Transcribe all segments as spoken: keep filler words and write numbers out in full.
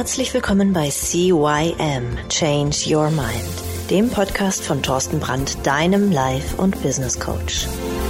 Herzlich willkommen bei C Y M, Change Your Mind, dem Podcast von Thorsten Brandt, deinem Life- und Business Coach.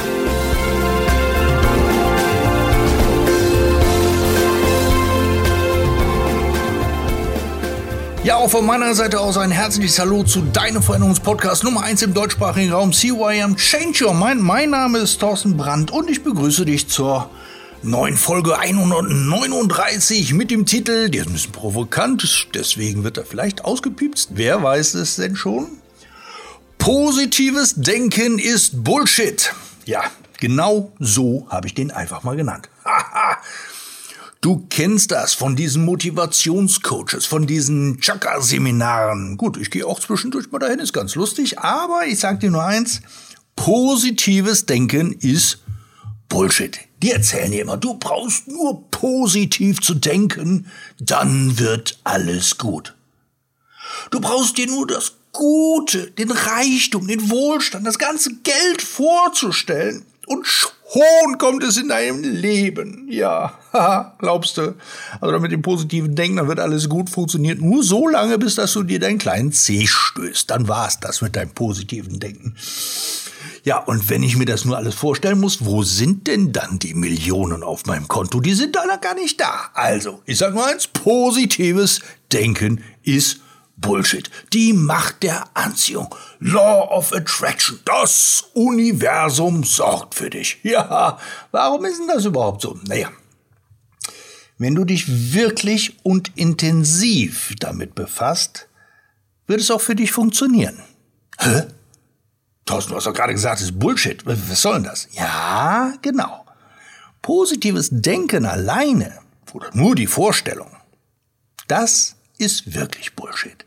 Ja, auch von meiner Seite aus ein herzliches Hallo zu deinem Veränderungspodcast Nummer eins im deutschsprachigen Raum, C Y M, Change Your Mind. Mein Name ist Thorsten Brandt und ich begrüße dich zur neuen Folge hundertneununddreißig mit dem Titel, der ist ein bisschen provokant, deswegen wird er vielleicht ausgepiepst, wer weiß es denn schon? Positives Denken ist Bullshit. Ja, genau so habe ich den einfach mal genannt. Haha. Du kennst das von diesen Motivationscoaches, von diesen Chakra-Seminaren. Gut, ich gehe auch zwischendurch mal dahin, ist ganz lustig, aber ich sag dir nur eins, positives Denken ist Bullshit. Die erzählen dir immer, du brauchst nur positiv zu denken, dann wird alles gut. Du brauchst dir nur das Gute, den Reichtum, den Wohlstand, das ganze Geld vorzustellen und schon kommt es in deinem Leben. Ja, haha, glaubst du. Also mit dem positiven Denken, dann wird alles gut, funktioniert nur so lange, bis dass du dir deinen kleinen Zeh stößt. Dann war's das mit deinem positiven Denken. Ja, und wenn ich mir das nur alles vorstellen muss, wo sind denn dann die Millionen auf meinem Konto? Die sind da gar nicht da. Also, ich sag nur eins, positives Denken ist Bullshit. Die Macht der Anziehung. Law of Attraction. Das Universum sorgt für dich. Ja, warum ist denn das überhaupt so? Naja, wenn du dich wirklich und intensiv damit befasst, wird es auch für dich funktionieren. Hä? Thorsten, du hast doch gerade gesagt, das ist Bullshit. Was soll denn das? Ja, genau. Positives Denken alleine oder nur die Vorstellung, das ist wirklich Bullshit.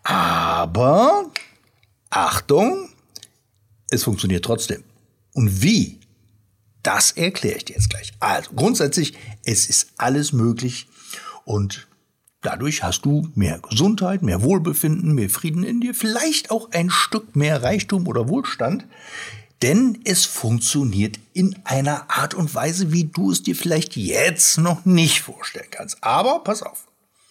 Aber, Achtung, es funktioniert trotzdem. Und wie? Das erkläre ich dir jetzt gleich. Also, grundsätzlich, es ist alles möglich und dadurch hast du mehr Gesundheit, mehr Wohlbefinden, mehr Frieden in dir, vielleicht auch ein Stück mehr Reichtum oder Wohlstand, denn es funktioniert in einer Art und Weise, wie du es dir vielleicht jetzt noch nicht vorstellen kannst. Aber pass auf.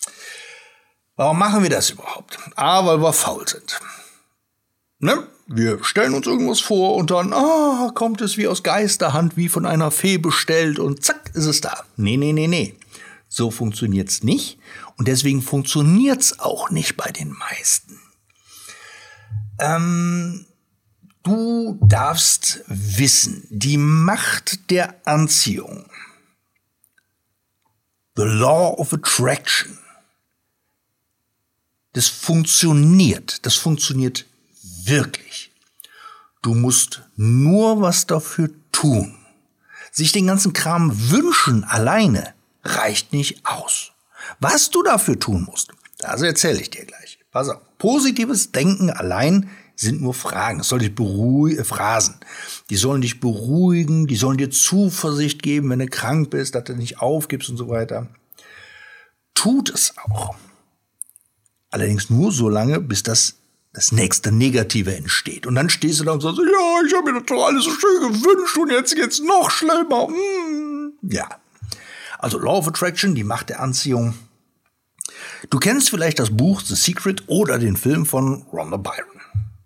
Warum machen wir das überhaupt? A, weil wir faul sind. Ne? Wir stellen uns irgendwas vor und dann ah, kommt es wie aus Geisterhand, wie von einer Fee bestellt und zack, ist es da. Nee, nee, nee, nee. So funktioniert's nicht und deswegen funktioniert's auch nicht bei den meisten. Ähm, du darfst wissen, die Macht der Anziehung, the law of attraction, das funktioniert, das funktioniert wirklich. Du musst nur was dafür tun. Sich den ganzen Kram wünschen alleine reicht nicht aus. Was du dafür tun musst, das erzähle ich dir gleich. Pass auf. Positives Denken allein sind nur Fragen. Es soll dich beruhigen, äh, Phrasen. Die sollen dich beruhigen, die sollen dir Zuversicht geben, wenn du krank bist, dass du nicht aufgibst und so weiter. Tut es auch. Allerdings nur so lange, bis das das nächste Negative entsteht. Und dann stehst du da und sagst, ja, ich habe mir das doch alles so schön gewünscht und jetzt geht's noch schlimmer. Hm. Ja. Also Law of Attraction, die Macht der Anziehung. Du kennst vielleicht das Buch The Secret oder den Film von Rhonda Byrne.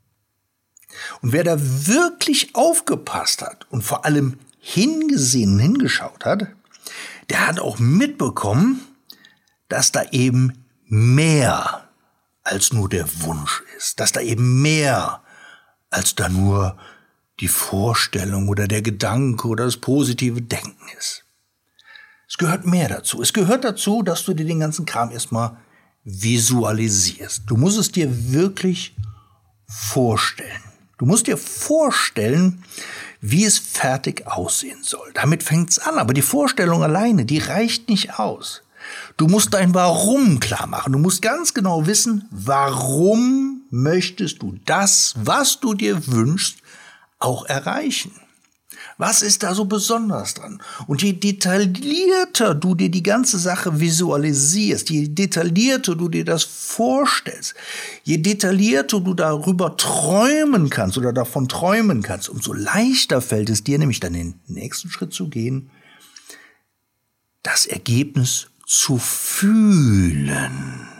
Und wer da wirklich aufgepasst hat und vor allem hingesehen und hingeschaut hat, der hat auch mitbekommen, dass da eben mehr als nur der Wunsch ist, dass da eben mehr als da nur die Vorstellung oder der Gedanke oder das positive Denken ist. Es gehört mehr dazu. Es gehört dazu, dass du dir den ganzen Kram erstmal visualisierst. Du musst es dir wirklich vorstellen. Du musst dir vorstellen, wie es fertig aussehen soll. Damit fängt's an, aber die Vorstellung alleine, die reicht nicht aus. Du musst dein Warum klar machen. Du musst ganz genau wissen, warum möchtest du das, was du dir wünschst, auch erreichen. Was ist da so besonders dran? Und je detaillierter du dir die ganze Sache visualisierst, je detaillierter du dir das vorstellst, je detaillierter du darüber träumen kannst oder davon träumen kannst, umso leichter fällt es dir nämlich dann den nächsten Schritt zu gehen, das Ergebnis zu fühlen.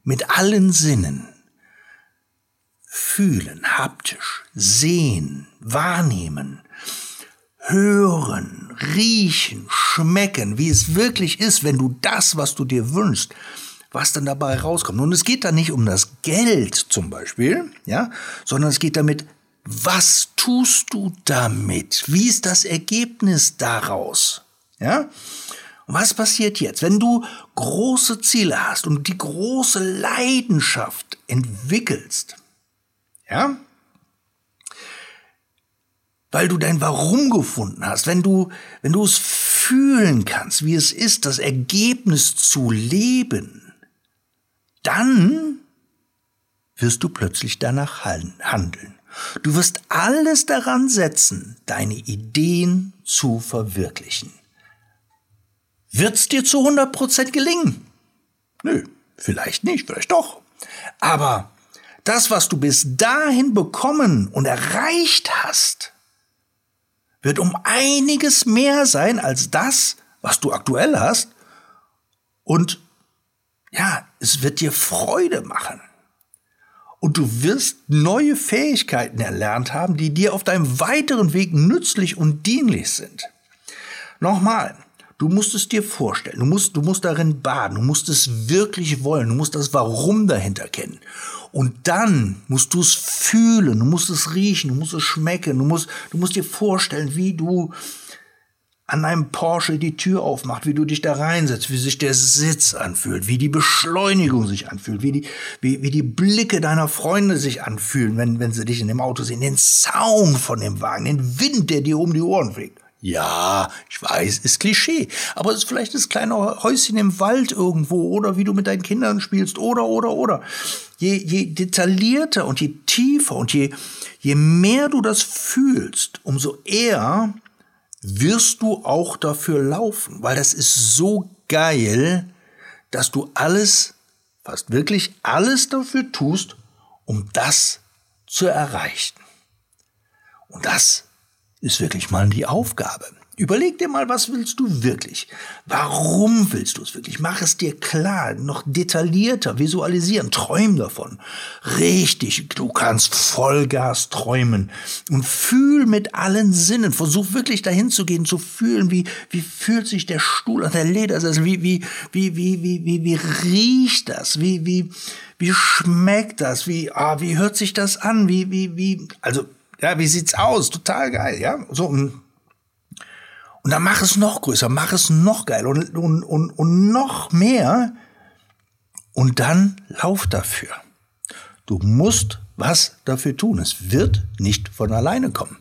mit allen Sinnen fühlen, haptisch, sehen, wahrnehmen, hören, riechen, schmecken, wie es wirklich ist, wenn du das, was du dir wünschst, was dann dabei rauskommt. Und es geht da nicht um das Geld zum Beispiel, ja, sondern es geht damit, was tust du damit? Wie ist das Ergebnis daraus? Ja? Und was passiert jetzt, wenn du große Ziele hast und die große Leidenschaft entwickelst? Ja? Weil du dein Warum gefunden hast, wenn du, wenn du es fühlen kannst, wie es ist, das Ergebnis zu leben, dann wirst du plötzlich danach handeln. Du wirst alles daran setzen, deine Ideen zu verwirklichen. Wird's dir zu hundert Prozent gelingen? Nö, vielleicht nicht, vielleicht doch. Aber das, was du bis dahin bekommen und erreicht hast, wird um einiges mehr sein als das, was du aktuell hast. Und ja, es wird dir Freude machen. Und du wirst neue Fähigkeiten erlernt haben, die dir auf deinem weiteren Weg nützlich und dienlich sind. Nochmal, du musst es dir vorstellen, du musst, du musst darin baden, du musst es wirklich wollen, du musst das Warum dahinter kennen. Und dann musst du es fühlen, du musst es riechen, du musst es schmecken, du musst, du musst dir vorstellen, wie du an einem Porsche die Tür aufmacht, wie du dich da reinsetzt, wie sich der Sitz anfühlt, wie die Beschleunigung sich anfühlt, wie die, wie, wie die Blicke deiner Freunde sich anfühlen, wenn, wenn sie dich in dem Auto sehen, den Sound von dem Wagen, den Wind, der dir um die Ohren fliegt. Ja, ich weiß, ist Klischee, aber es ist vielleicht das kleine Häuschen im Wald irgendwo oder wie du mit deinen Kindern spielst oder, oder, oder. Je, je detaillierter und je tiefer und je, je mehr du das fühlst, umso eher wirst du auch dafür laufen, weil das ist so geil, dass du alles, fast wirklich alles dafür tust, um das zu erreichen. Und das ist wirklich mal die Aufgabe. Überleg dir mal, was willst du wirklich? Warum willst du es wirklich? Mach es dir klar, noch detaillierter visualisieren, träum davon. Richtig, du kannst Vollgas träumen und fühl mit allen Sinnen. Versuch wirklich dahin zu gehen, zu fühlen, wie, wie fühlt sich der Stuhl an der Ledersessel, wie, wie, wie, wie, wie, wie, wie riecht das, wie, wie, wie schmeckt das, wie, ah, wie hört sich das an, wie, wie, wie, also, ja, wie sieht's aus? Total geil, ja, so, und Und dann mach es noch größer, mach es noch geil und, und, und, und noch mehr. Und dann lauf dafür. Du musst was dafür tun. Es wird nicht von alleine kommen.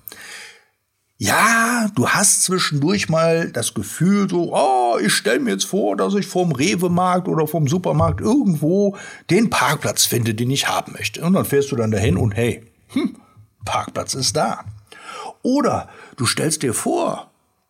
Ja, du hast zwischendurch mal das Gefühl so, oh, ich stelle mir jetzt vor, dass ich vorm Rewe-Markt oder vorm Supermarkt irgendwo den Parkplatz finde, den ich haben möchte. Und dann fährst du dann dahin und hey, hm, Parkplatz ist da. Oder du stellst dir vor,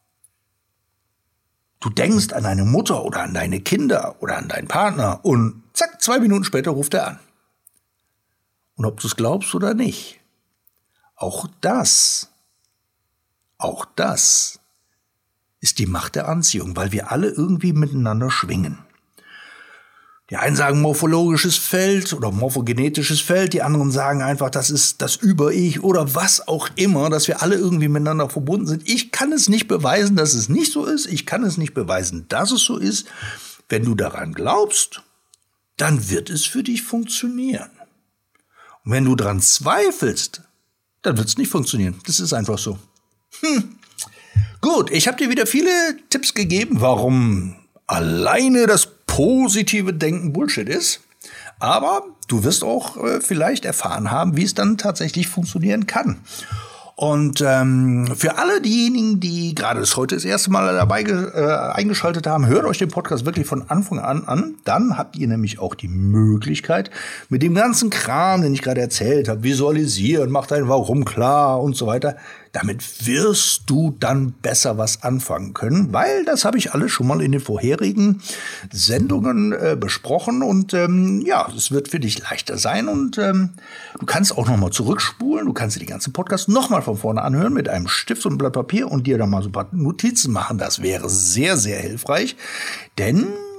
du denkst an deine Mutter oder an deine Kinder oder an deinen Partner und zack, zwei Minuten später ruft er an. Und ob du es glaubst oder nicht, auch das, auch das ist die Macht der Anziehung, weil wir alle irgendwie miteinander schwingen. Die einen sagen morphologisches Feld oder morphogenetisches Feld, die anderen sagen einfach, das ist das Über-Ich oder was auch immer, dass wir alle irgendwie miteinander verbunden sind. Ich kann es nicht beweisen, dass es nicht so ist. Ich kann es nicht beweisen, dass es so ist. Wenn du daran glaubst, dann wird es für dich funktionieren. Und wenn du daran zweifelst, dann wird es nicht funktionieren. Das ist einfach so. Hm. Gut, ich habe dir wieder viele Tipps gegeben, warum alleine das positive Denken Bullshit ist. Aber du wirst auch äh, vielleicht erfahren haben, wie es dann tatsächlich funktionieren kann. Und ähm, für alle diejenigen, die gerade das heute das erste Mal dabei äh, eingeschaltet haben, hört euch den Podcast wirklich von Anfang an an. Dann habt ihr nämlich auch die Möglichkeit, mit dem ganzen Kram, den ich gerade erzählt habe, visualisieren, macht ein Warum klar und so weiter. Damit wirst du dann besser was anfangen können, weil das habe ich alles schon mal in den vorherigen Sendungen äh, besprochen. Und ähm, ja, es wird für dich leichter sein. Und ähm, du kannst auch noch mal zurückspulen. Du kannst dir die ganzen Podcasts noch mal von vorne anhören mit einem Stift und einem Blatt Papier und dir dann mal so ein paar Notizen machen. Das wäre sehr, sehr hilfreich. Denn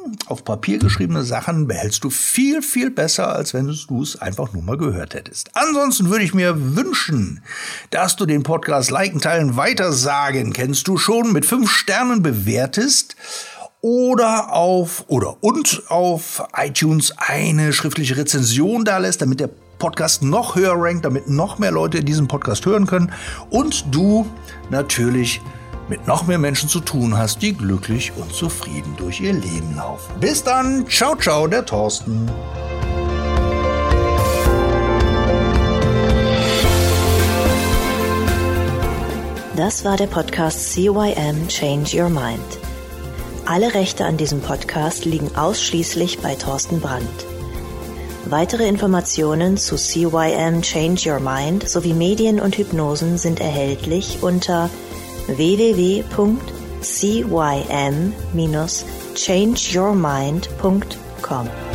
auf Papier geschriebene Sachen behältst du viel, viel besser, als wenn du es einfach nur mal gehört hättest. Ansonsten würde ich mir wünschen, dass du den Podcast liken, teilen, weitersagen, kennst du schon, mit fünf Sternen bewertest oder auf oder und auf iTunes eine schriftliche Rezension da lässt, damit der Podcast noch höher rankt, damit noch mehr Leute diesen Podcast hören können und du natürlich mit noch mehr Menschen zu tun hast, die glücklich und zufrieden durch ihr Leben laufen. Bis dann, ciao, ciao, der Thorsten. Das war der Podcast C Y M Change Your Mind. Alle Rechte an diesem Podcast liegen ausschließlich bei Thorsten Brandt. Weitere Informationen zu C Y M Change Your Mind sowie Medien und Hypnosen sind erhältlich unter w w w punkt c y m dash change your mind punkt com.